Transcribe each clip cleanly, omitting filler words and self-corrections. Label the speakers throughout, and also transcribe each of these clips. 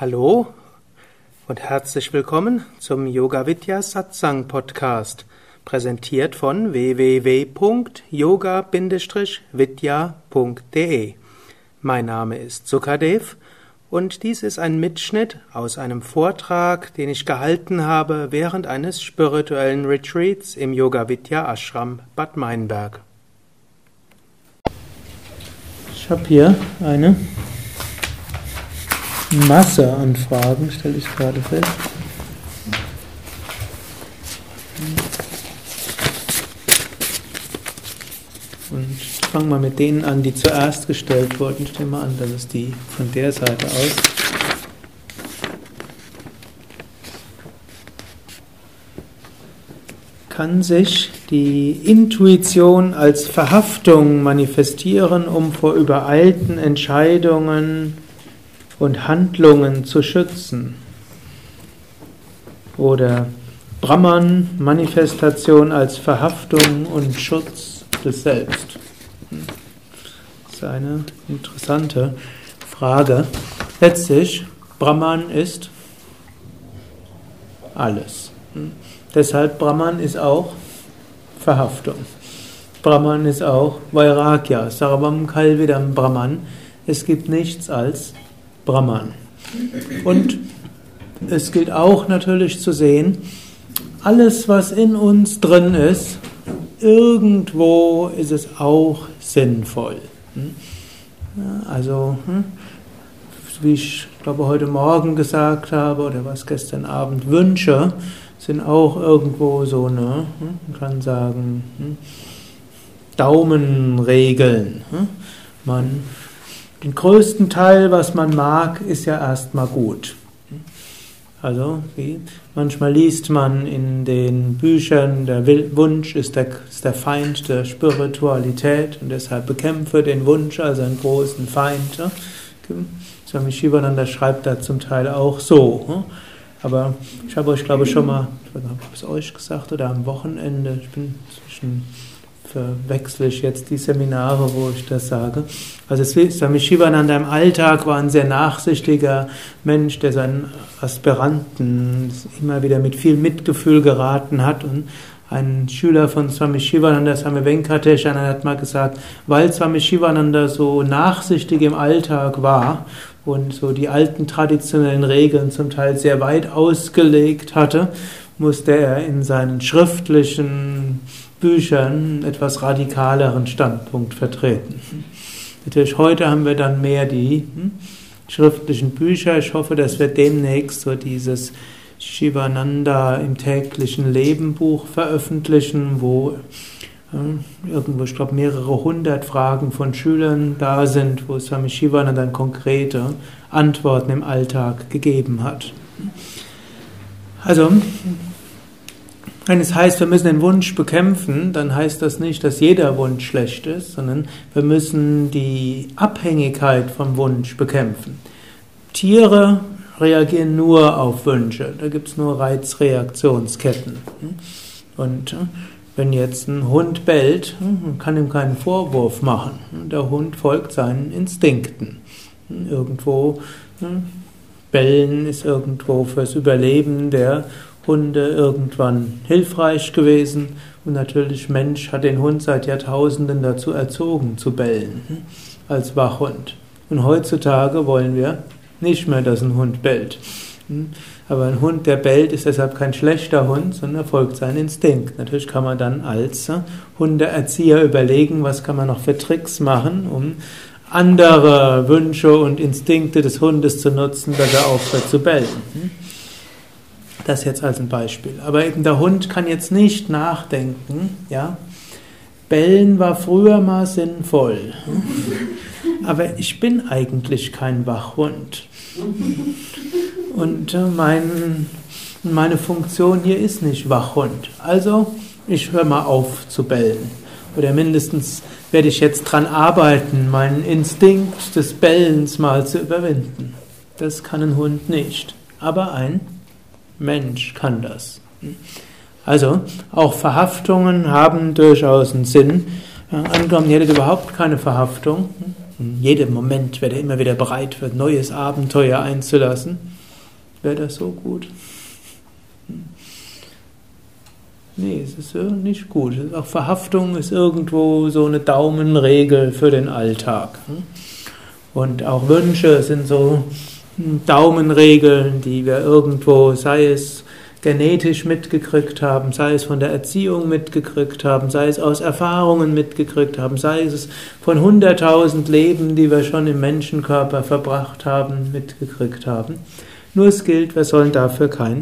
Speaker 1: Hallo und herzlich willkommen zum Yoga Vidya Satsang Podcast, präsentiert von www.yoga-vidya.de. Mein Name ist Sukadev und dies ist ein Mitschnitt aus einem Vortrag, den ich gehalten habe während eines spirituellen Retreats im Yoga Vidya Ashram Bad Meinberg. Ich habe hier eine Masse an Fragen, stelle ich gerade fest. Und ich fange mal mit denen an, die zuerst gestellt wurden. Ich nehme mal an, das ist die von der Seite aus. Kann sich die Intuition als Verhaftung manifestieren, um vor übereilten Entscheidungen und Handlungen zu schützen? Oder Brahman, Manifestation als Verhaftung und Schutz des Selbst? Das ist eine interessante Frage. Letztlich, Brahman ist alles. Deshalb Brahman ist auch Verhaftung. Brahman ist auch Vairagya, Sarvam Kalvidam Brahman. Es gibt nichts als Brahman. Und es gilt auch natürlich zu sehen, alles, was in uns drin ist, irgendwo ist es auch sinnvoll. Also, wie ich glaube heute Morgen gesagt habe, oder was gestern Abend, Wünsche sind auch irgendwo so eine, man kann sagen, Daumenregeln. Den größten Teil, was man mag, ist ja erstmal gut. Also, manchmal liest man in den Büchern, der Wunsch ist der Feind der Spiritualität und deshalb bekämpfe den Wunsch als einen großen Feind. Swami Shivananda schreibt da zum Teil auch so. Aber ich habe euch, glaube ich, schon mal, ich weiß nicht, habe ich es euch gesagt oder am Wochenende, verwechsle ich jetzt die Seminare, wo ich das sage. Also Swami Shivananda im Alltag war ein sehr nachsichtiger Mensch, der seinen Aspiranten immer wieder mit viel Mitgefühl geraten hat. Und ein Schüler von Swami Shivananda, Swami Venkatesh, hat mal gesagt, weil Swami Shivananda so nachsichtig im Alltag war und so die alten traditionellen Regeln zum Teil sehr weit ausgelegt hatte, musste er in seinen schriftlichen Büchern etwas radikaleren Standpunkt vertreten. Natürlich heute haben wir dann mehr die schriftlichen Bücher. Ich hoffe, dass wir demnächst so dieses Shivananda im täglichen Leben Buch veröffentlichen, wo irgendwo, ich glaube, mehrere hundert Fragen von Schülern da sind, wo Swami Shivananda dann konkrete Antworten im Alltag gegeben hat. Also, wenn es heißt, wir müssen den Wunsch bekämpfen, dann heißt das nicht, dass jeder Wunsch schlecht ist, sondern wir müssen die Abhängigkeit vom Wunsch bekämpfen. Tiere reagieren nur auf Wünsche, da gibt es nur Reizreaktionsketten. Und wenn jetzt ein Hund bellt, man kann ihm keinen Vorwurf machen. Der Hund folgt seinen Instinkten. Irgendwo, bellen ist irgendwo fürs Überleben der Hunde irgendwann hilfreich gewesen. Und natürlich, Mensch hat den Hund seit Jahrtausenden dazu erzogen, zu bellen, als Wachhund. Und heutzutage wollen wir nicht mehr, dass ein Hund bellt. Aber ein Hund, der bellt, ist deshalb kein schlechter Hund, sondern folgt seinem Instinkt. Natürlich kann man dann als Hundeerzieher überlegen, was kann man noch für Tricks machen, um andere Wünsche und Instinkte des Hundes zu nutzen, dass er aufhört zu bellen. Das jetzt als ein Beispiel. Aber eben der Hund kann jetzt nicht nachdenken, ja. Bellen war früher mal sinnvoll. Aber ich bin eigentlich kein Wachhund. Und meine Funktion hier ist nicht Wachhund. Also, ich höre mal auf zu bellen. Oder mindestens werde ich jetzt dran arbeiten, meinen Instinkt des Bellens mal zu überwinden. Das kann ein Hund nicht. Aber ein Mensch kann das. Also, auch Verhaftungen haben durchaus einen Sinn. Angenommen, ihr hättet überhaupt keine Verhaftung, in jedem Moment wäre er immer wieder bereit für ein neues Abenteuer einzulassen. Wäre das so gut? Nee, es ist nicht gut. Auch Verhaftung ist irgendwo so eine Daumenregel für den Alltag. Und auch Wünsche sind so Daumenregeln, die wir irgendwo, sei es genetisch mitgekriegt haben, sei es von der Erziehung mitgekriegt haben, sei es aus Erfahrungen mitgekriegt haben, sei es von 100.000 Leben, die wir schon im Menschenkörper verbracht haben, mitgekriegt haben. Nur es gilt, wir sollen dort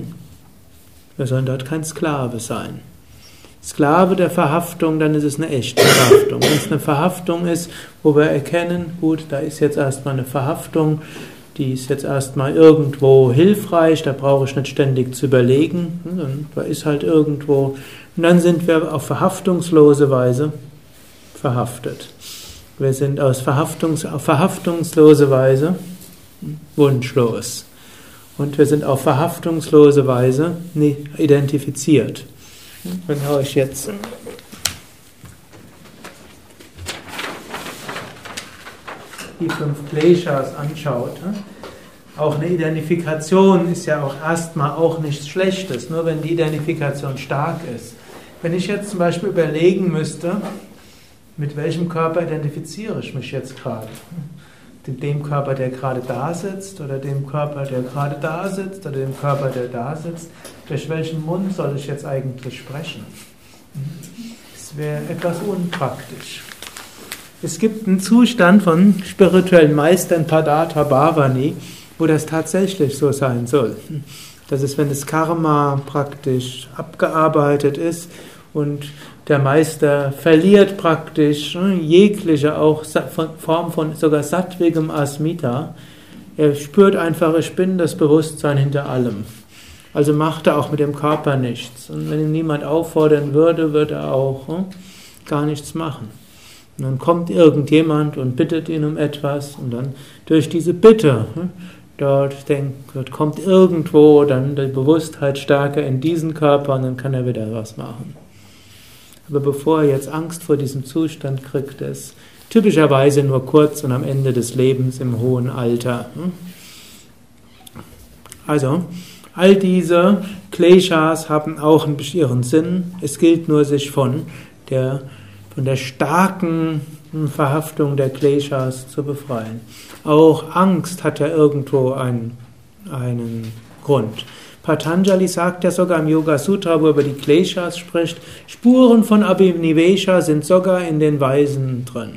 Speaker 1: kein Sklave sein. Sklave der Verhaftung, dann ist es eine echte Verhaftung. Wenn es eine Verhaftung ist, wo wir erkennen, gut, da ist jetzt erstmal eine Verhaftung, die ist jetzt erstmal irgendwo hilfreich, da brauche ich nicht ständig zu überlegen, und da ist halt irgendwo, und dann sind wir auf verhaftungslose Weise verhaftet. Wir sind auf verhaftungslose Weise wunschlos. Und wir sind auf verhaftungslose Weise identifiziert. Wenn ihr euch jetzt die 5 Kleshas anschaut, auch eine Identifikation ist ja auch erstmal auch nichts Schlechtes, nur wenn die Identifikation stark ist. Wenn ich jetzt zum Beispiel überlegen müsste, mit welchem Körper identifiziere ich mich jetzt gerade? Dem Körper, der gerade da sitzt, oder dem Körper, der gerade da sitzt, oder dem Körper, der da sitzt? Durch welchen Mund soll ich jetzt eigentlich sprechen? Das wäre etwas unpraktisch. Es gibt einen Zustand von spirituellen Meistern, Padatta Bhavani, wo das tatsächlich so sein soll. Das ist, wenn das Karma praktisch abgearbeitet ist und der Meister verliert praktisch jegliche auch Form von sogar sattwigem Asmita. Er spürt einfach, ich bin das Bewusstsein hinter allem. Also macht er auch mit dem Körper nichts. Und wenn ihn niemand auffordern würde, würde er auch gar nichts machen. Und dann kommt irgendjemand und bittet ihn um etwas und dann durch diese Bitte, dort kommt irgendwo dann die Bewusstheit stärker in diesen Körper und dann kann er wieder was machen. Aber bevor er jetzt Angst vor diesem Zustand kriegt, ist typischerweise nur kurz und am Ende des Lebens im hohen Alter. Also, all diese Kleshas haben auch ihren Sinn. Es gilt nur, sich von der starken Verhaftung der Kleshas zu befreien. Auch Angst hat ja irgendwo einen Grund. Patanjali sagt ja sogar im Yoga Sutra, wo er über die Kleshas spricht, Spuren von Abhinivesha sind sogar in den Weisen drin.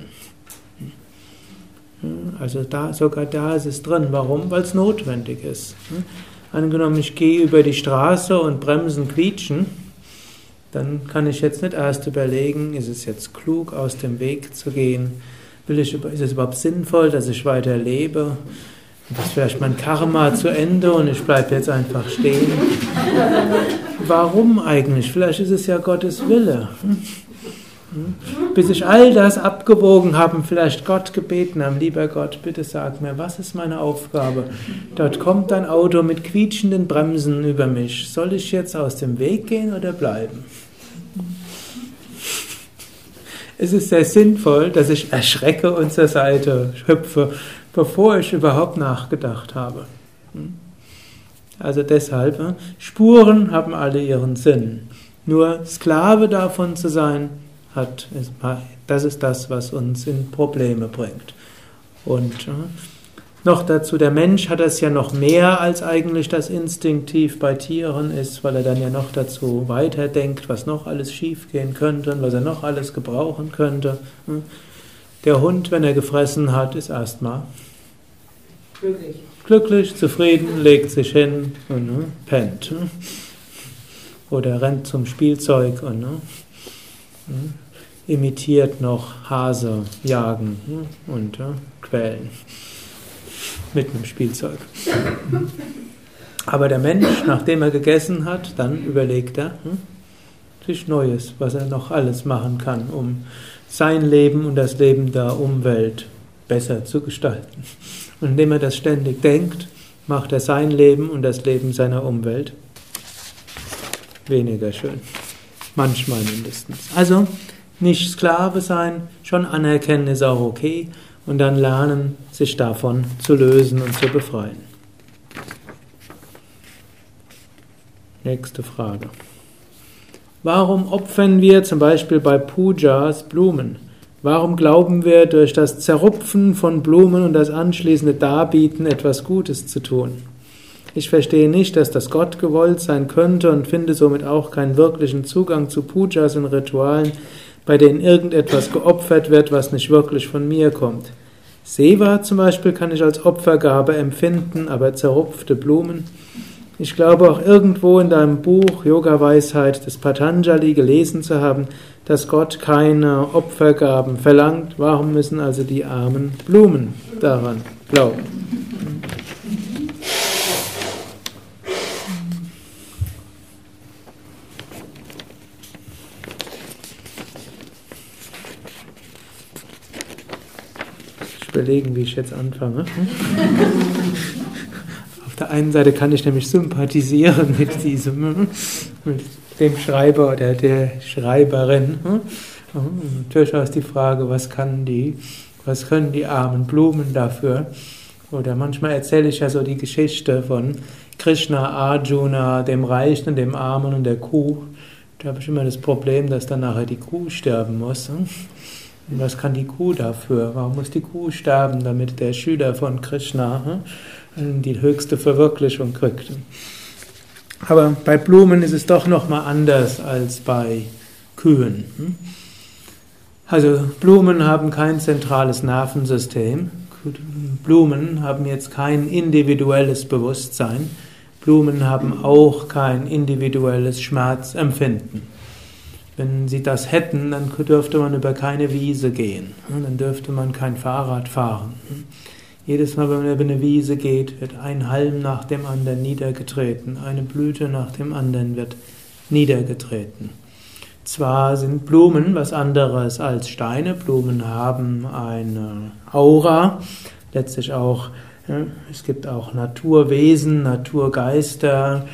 Speaker 1: Also sogar da ist es drin. Warum? Weil es notwendig ist. Angenommen, ich gehe über die Straße und Bremsen quietschen, dann kann ich jetzt nicht erst überlegen, ist es jetzt klug, aus dem Weg zu gehen? Ist es überhaupt sinnvoll, dass ich weiter lebe? Ist vielleicht mein Karma zu Ende und ich bleibe jetzt einfach stehen? Warum eigentlich? Vielleicht ist es ja Gottes Wille. Bis ich all das abgewogen habe und vielleicht Gott gebeten habe, lieber Gott, bitte sag mir, was ist meine Aufgabe? Dort kommt ein Auto mit quietschenden Bremsen über mich. Soll ich jetzt aus dem Weg gehen oder bleiben? Es ist sehr sinnvoll, dass ich erschrecke und zur Seite hüpfe, bevor ich überhaupt nachgedacht habe. Also deshalb, Spuren haben alle ihren Sinn. Nur Sklave davon zu sein, das ist das, was uns in Probleme bringt. Und noch dazu, der Mensch hat das ja noch mehr, als eigentlich das instinktiv bei Tieren ist, weil er dann ja noch dazu weiterdenkt, was noch alles schiefgehen könnte und was er noch alles gebrauchen könnte. Der Hund, wenn er gefressen hat, ist erstmal glücklich, zufrieden, legt sich hin und pennt. Oder rennt zum Spielzeug und imitiert noch Hase jagen und quälen mit einem Spielzeug. Aber der Mensch, nachdem er gegessen hat, dann überlegt er sich Neues, was er noch alles machen kann, um sein Leben und das Leben der Umwelt besser zu gestalten. Und indem er das ständig denkt, macht er sein Leben und das Leben seiner Umwelt weniger schön. Manchmal mindestens. Also nicht Sklave sein, schon anerkennen ist auch okay. und dann lernen, sich davon zu lösen und zu befreien. Nächste Frage. Warum opfern wir zum Beispiel bei Pujas Blumen? Warum glauben wir, durch das Zerrupfen von Blumen und das anschließende Darbieten etwas Gutes zu tun? Ich verstehe nicht, dass das Gott gewollt sein könnte und finde somit auch keinen wirklichen Zugang zu Pujas und Ritualen, bei denen irgendetwas geopfert wird, was nicht wirklich von mir kommt. Seva zum Beispiel kann ich als Opfergabe empfinden, aber zerrupfte Blumen. Ich glaube auch irgendwo in deinem Buch Yoga-Weisheit des Patanjali gelesen zu haben, dass Gott keine Opfergaben verlangt. Warum müssen also die armen Blumen daran glauben? Ich überlege, wie ich jetzt anfange. Auf der einen Seite kann ich nämlich sympathisieren mit dem Schreiber oder der Schreiberin. Durchaus die Frage, was können die armen Blumen dafür? Oder manchmal erzähle ich ja so die Geschichte von Krishna, Arjuna, dem Reichen und dem Armen und der Kuh. Da habe ich immer das Problem, dass dann nachher die Kuh sterben muss. Und was kann die Kuh dafür? Warum muss die Kuh sterben, damit der Schüler von Krishna die höchste Verwirklichung kriegt? Aber bei Blumen ist es doch nochmal anders als bei Kühen. Also Blumen haben kein zentrales Nervensystem. Blumen haben jetzt kein individuelles Bewusstsein. Blumen haben auch kein individuelles Schmerzempfinden. Wenn sie das hätten, dann dürfte man über keine Wiese gehen. Dann dürfte man kein Fahrrad fahren. Jedes Mal, wenn man über eine Wiese geht, wird ein Halm nach dem anderen niedergetreten. Eine Blüte nach dem anderen wird niedergetreten. Zwar sind Blumen was anderes als Steine. Blumen haben eine Aura. Letztlich auch, es gibt auch Naturwesen, Naturgeister,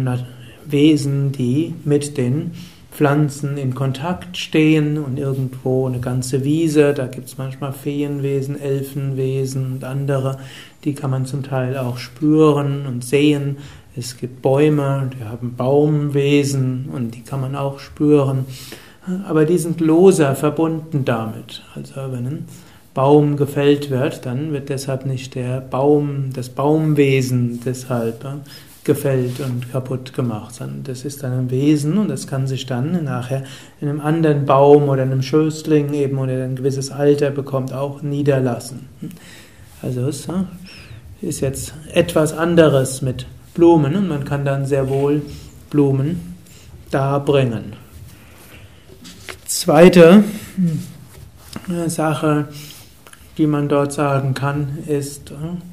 Speaker 1: Wesen, die mit den Pflanzen in Kontakt stehen und irgendwo eine ganze Wiese, da gibt es manchmal Feenwesen, Elfenwesen und andere, die kann man zum Teil auch spüren und sehen. Es gibt Bäume, die haben Baumwesen und die kann man auch spüren. Aber die sind loser verbunden damit. Also wenn ein Baum gefällt wird, dann wird deshalb nicht das Baumwesen deshalb gefällt und kaputt gemacht, sondern das ist dann ein Wesen und das kann sich dann nachher in einem anderen Baum oder einem Schößling eben oder ein gewisses Alter bekommt auch niederlassen. Also es ist jetzt etwas anderes mit Blumen und man kann dann sehr wohl Blumen darbringen. Zweite Sache, die man dort sagen kann, ist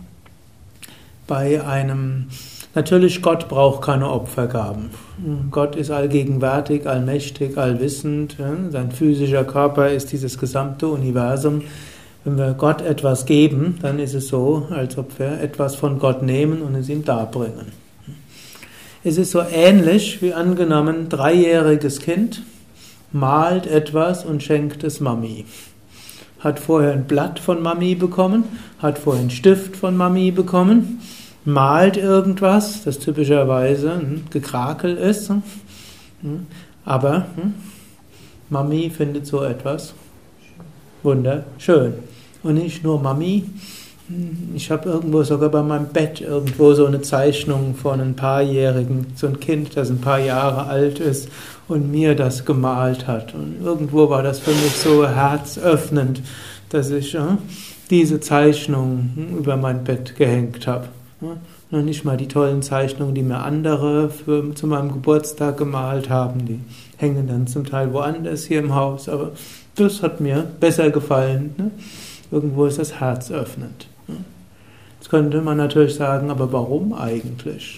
Speaker 1: natürlich, Gott braucht keine Opfergaben. Gott ist allgegenwärtig, allmächtig, allwissend. Sein physischer Körper ist dieses gesamte Universum. Wenn wir Gott etwas geben, dann ist es so, als ob wir etwas von Gott nehmen und es ihm darbringen. Es ist so ähnlich wie angenommen, 3-jähriges Kind malt etwas und schenkt es Mami. Hat vorher ein Blatt von Mami bekommen, hat vorher einen Stift von Mami bekommen, malt irgendwas, das typischerweise ein Gekrakel ist, aber Mami findet so etwas wunderschön. Und nicht nur Mami, ich habe irgendwo sogar bei meinem Bett irgendwo so eine Zeichnung von einem Paarjährigen, so ein Kind, das ein paar Jahre alt ist und mir das gemalt hat. Und irgendwo war das für mich so herzöffnend, dass ich diese Zeichnung über mein Bett gehängt habe. Noch nicht mal die tollen Zeichnungen, die mir andere zu meinem Geburtstag gemalt haben, die hängen dann zum Teil woanders hier im Haus, aber das hat mir besser gefallen. Ne? Irgendwo ist das herzöffnend. Jetzt könnte man natürlich sagen, aber warum eigentlich?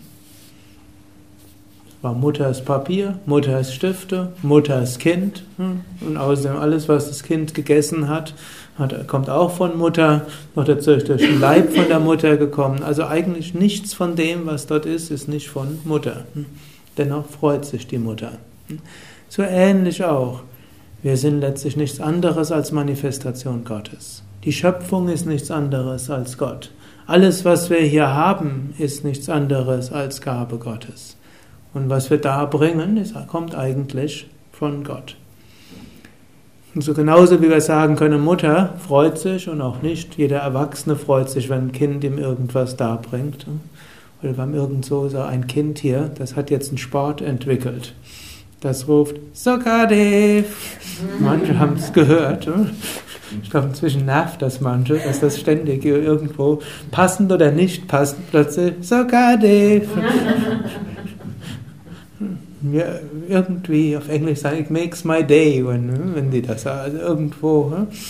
Speaker 1: War Mutters Papier, Mutters Stifte, Mutters Kind und außerdem alles, was das Kind gegessen hat, kommt auch von Mutter, noch dazu durch den Leib von der Mutter gekommen. Also eigentlich nichts von dem, was dort ist nicht von Mutter. Dennoch freut sich die Mutter. So ähnlich auch. Wir sind letztlich nichts anderes als Manifestation Gottes. Die Schöpfung ist nichts anderes als Gott. Alles, was wir hier haben, ist nichts anderes als Gabe Gottes. Und was wir da bringen, kommt eigentlich von Gott. Und so genauso wie wir sagen können, Mutter freut sich und auch nicht. Jeder Erwachsene freut sich, wenn ein Kind ihm irgendwas darbringt. Oder wir haben irgend so ein Kind hier, das hat jetzt einen Sport entwickelt. Das ruft Sukadev. Manche haben es gehört. Ich glaube, inzwischen nervt das manche, dass das ständig irgendwo passend oder nicht passend plötzlich Sukadev. Ja, irgendwie auf Englisch sagen, it makes my day, wenn die das sagen. Also irgendwo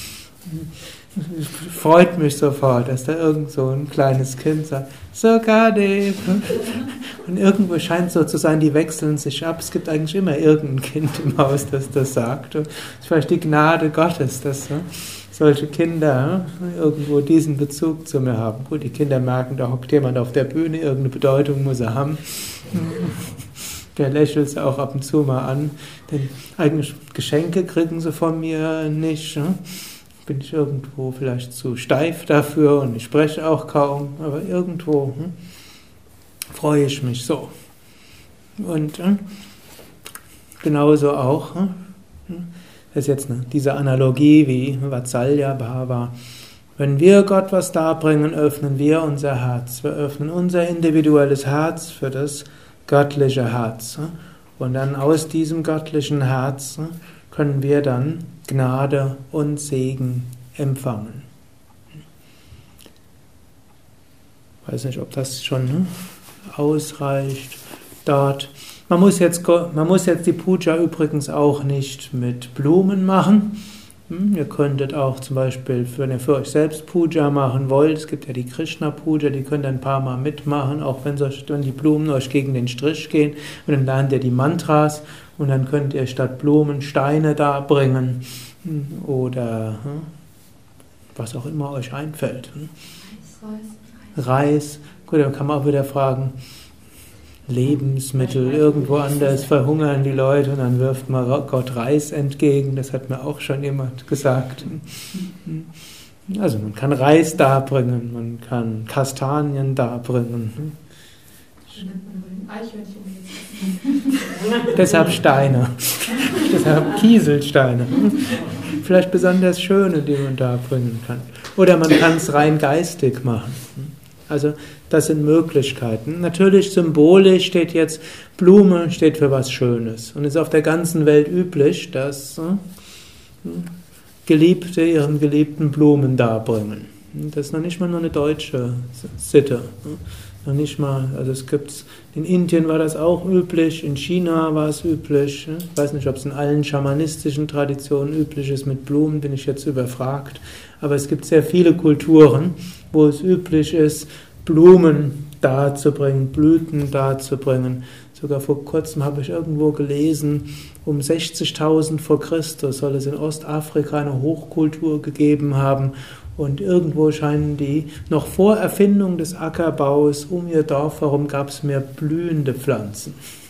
Speaker 1: freut mich sofort, dass da irgend so ein kleines Kind sagt, Sukadev. Und irgendwo scheint so zu sein, die wechseln sich ab. Es gibt eigentlich immer irgendein Kind im Haus, das das sagt. Und es ist vielleicht die Gnade Gottes, dass solche Kinder irgendwo diesen Bezug zu mir haben. Gut, die Kinder merken, da hockt jemand auf der Bühne, irgendeine Bedeutung muss er haben. Der lächelt sie auch ab und zu mal an, denn eigentlich Geschenke kriegen sie von mir nicht. Bin ich irgendwo vielleicht zu steif dafür und ich spreche auch kaum, aber irgendwo freue ich mich so. Und genauso auch, das ist jetzt diese Analogie wie Vatsalya Bhava. Wenn wir Gott was darbringen, öffnen wir unser Herz. Wir öffnen unser individuelles Herz für das göttliche Herz. Und dann aus diesem göttlichen Herz können wir dann Gnade und Segen empfangen. Ich weiß nicht, ob das schon ausreicht. Dort. Man muss jetzt die Puja übrigens auch nicht mit Blumen machen. Ihr könntet auch zum Beispiel, wenn ihr für euch selbst Puja machen wollt, es gibt ja die Krishna-Puja, die könnt ihr ein paar Mal mitmachen, auch wenn die Blumen euch gegen den Strich gehen. Und dann lernt ihr die Mantras und dann könnt ihr statt Blumen Steine darbringen oder was auch immer euch einfällt. Reis. Gut, dann kann man auch wieder fragen, Lebensmittel, irgendwo anders verhungern die Leute und dann wirft man Gott Reis entgegen, das hat mir auch schon jemand gesagt. Also man kann Reis darbringen, man kann Kastanien darbringen. Deshalb Steine, deshalb Kieselsteine. Vielleicht besonders schöne, die man darbringen kann. Oder man kann es rein geistig machen. Also das sind Möglichkeiten. Natürlich symbolisch steht jetzt, Blume steht für was Schönes. Und es ist auf der ganzen Welt üblich, dass Geliebte ihren Geliebten Blumen darbringen. Das ist noch nicht mal nur eine deutsche Sitte. Noch nicht mal, also es gibt's, in Indien war das auch üblich, in China war es üblich. Ich weiß nicht, ob es in allen schamanistischen Traditionen üblich ist mit Blumen, bin ich jetzt überfragt. Aber es gibt sehr viele Kulturen, wo es üblich ist, Blumen darzubringen, Blüten darzubringen. Sogar vor kurzem habe ich irgendwo gelesen, um 60.000 vor Christus soll es in Ostafrika eine Hochkultur gegeben haben. Und irgendwo scheinen die, noch vor Erfindung des Ackerbaus, um ihr Dorf herum gab es mehr blühende Pflanzen.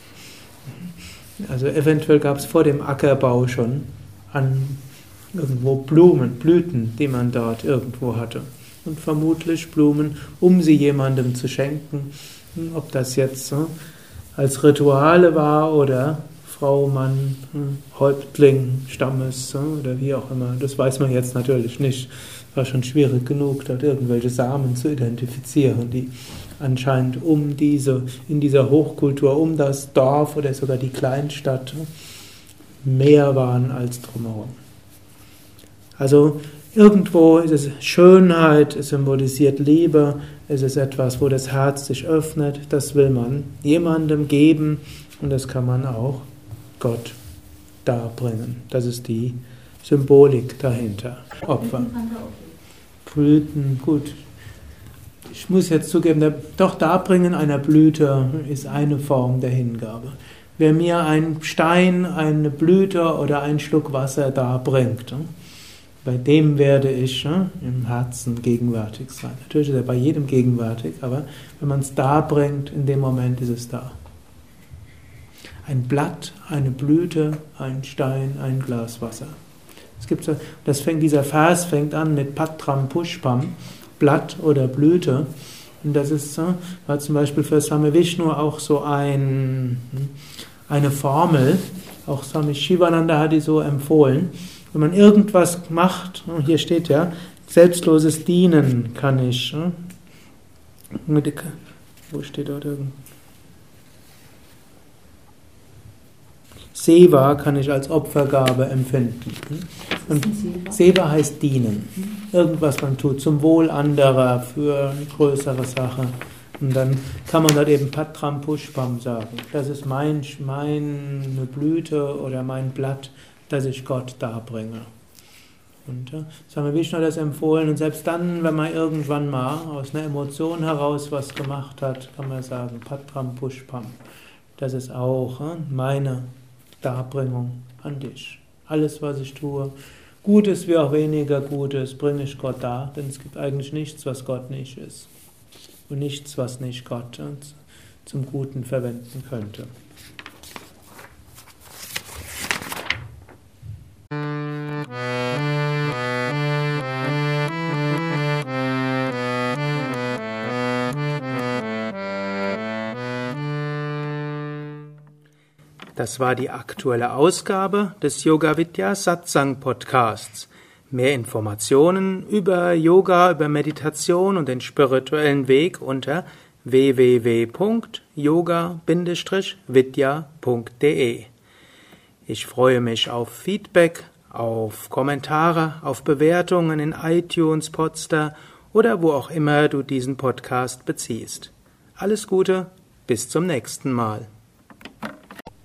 Speaker 1: Also eventuell gab es vor dem Ackerbau schon irgendwo Blumen, Blüten, die man dort irgendwo hatte. Und vermutlich Blumen, um sie jemandem zu schenken. Ob das jetzt als Rituale war oder Frau, Mann, Häuptling, Stammes oder wie auch immer. Das weiß man jetzt natürlich nicht. War schon schwierig genug, dort irgendwelche Samen zu identifizieren, die anscheinend in dieser Hochkultur, um das Dorf oder sogar die Kleinstadt mehr waren als drumherum. Also irgendwo ist es Schönheit, es symbolisiert Liebe, es ist etwas, wo das Herz sich öffnet, das will man jemandem geben und das kann man auch Gott darbringen. Das ist die Symbolik dahinter. Opfer. Blüten, gut. Ich muss jetzt zugeben, doch Darbringen einer Blüte ist eine Form der Hingabe. Wer mir einen Stein, eine Blüte oder einen Schluck Wasser darbringt, bei dem werde ich im Herzen gegenwärtig sein. Natürlich ist er bei jedem gegenwärtig, aber wenn man es darbringt, in dem Moment ist es da. Ein Blatt, eine Blüte, ein Stein, ein Glas Wasser. Dieser Vers fängt an mit Patram Pushpam, Blatt oder Blüte. Und das ist war zum Beispiel für Swami Vishnu auch so eine Formel. Auch Swami Shivananda hat die so empfohlen. Wenn man irgendwas macht, hier steht ja, selbstloses Dienen kann ich. Wo steht dort irgend? Seva kann ich als Opfergabe empfinden. Und Seva heißt dienen. Irgendwas man tut zum Wohl anderer, für eine größere Sache. Und dann kann man dort eben Patram Pushpam sagen. Das ist meine Blüte oder mein Blatt, das ich Gott darbringe. Und Swami Vishnu hat das empfohlen. Und selbst dann, wenn man irgendwann mal aus einer Emotion heraus was gemacht hat, kann man sagen Patram Pushpam. Das ist auch meine Darbringung an dich. Alles, was ich tue, Gutes wie auch weniger Gutes, bringe ich Gott dar, denn es gibt eigentlich nichts, was Gott nicht ist. Und nichts, was nicht Gott zum Guten verwenden könnte. Das war die aktuelle Ausgabe des Yoga Vidya Satsang Podcasts. Mehr Informationen über Yoga, über Meditation und den spirituellen Weg unter www.yoga-vidya.de. Ich freue mich auf Feedback, auf Kommentare, auf Bewertungen in iTunes, Podster oder wo auch immer du diesen Podcast beziehst. Alles Gute, bis zum nächsten Mal.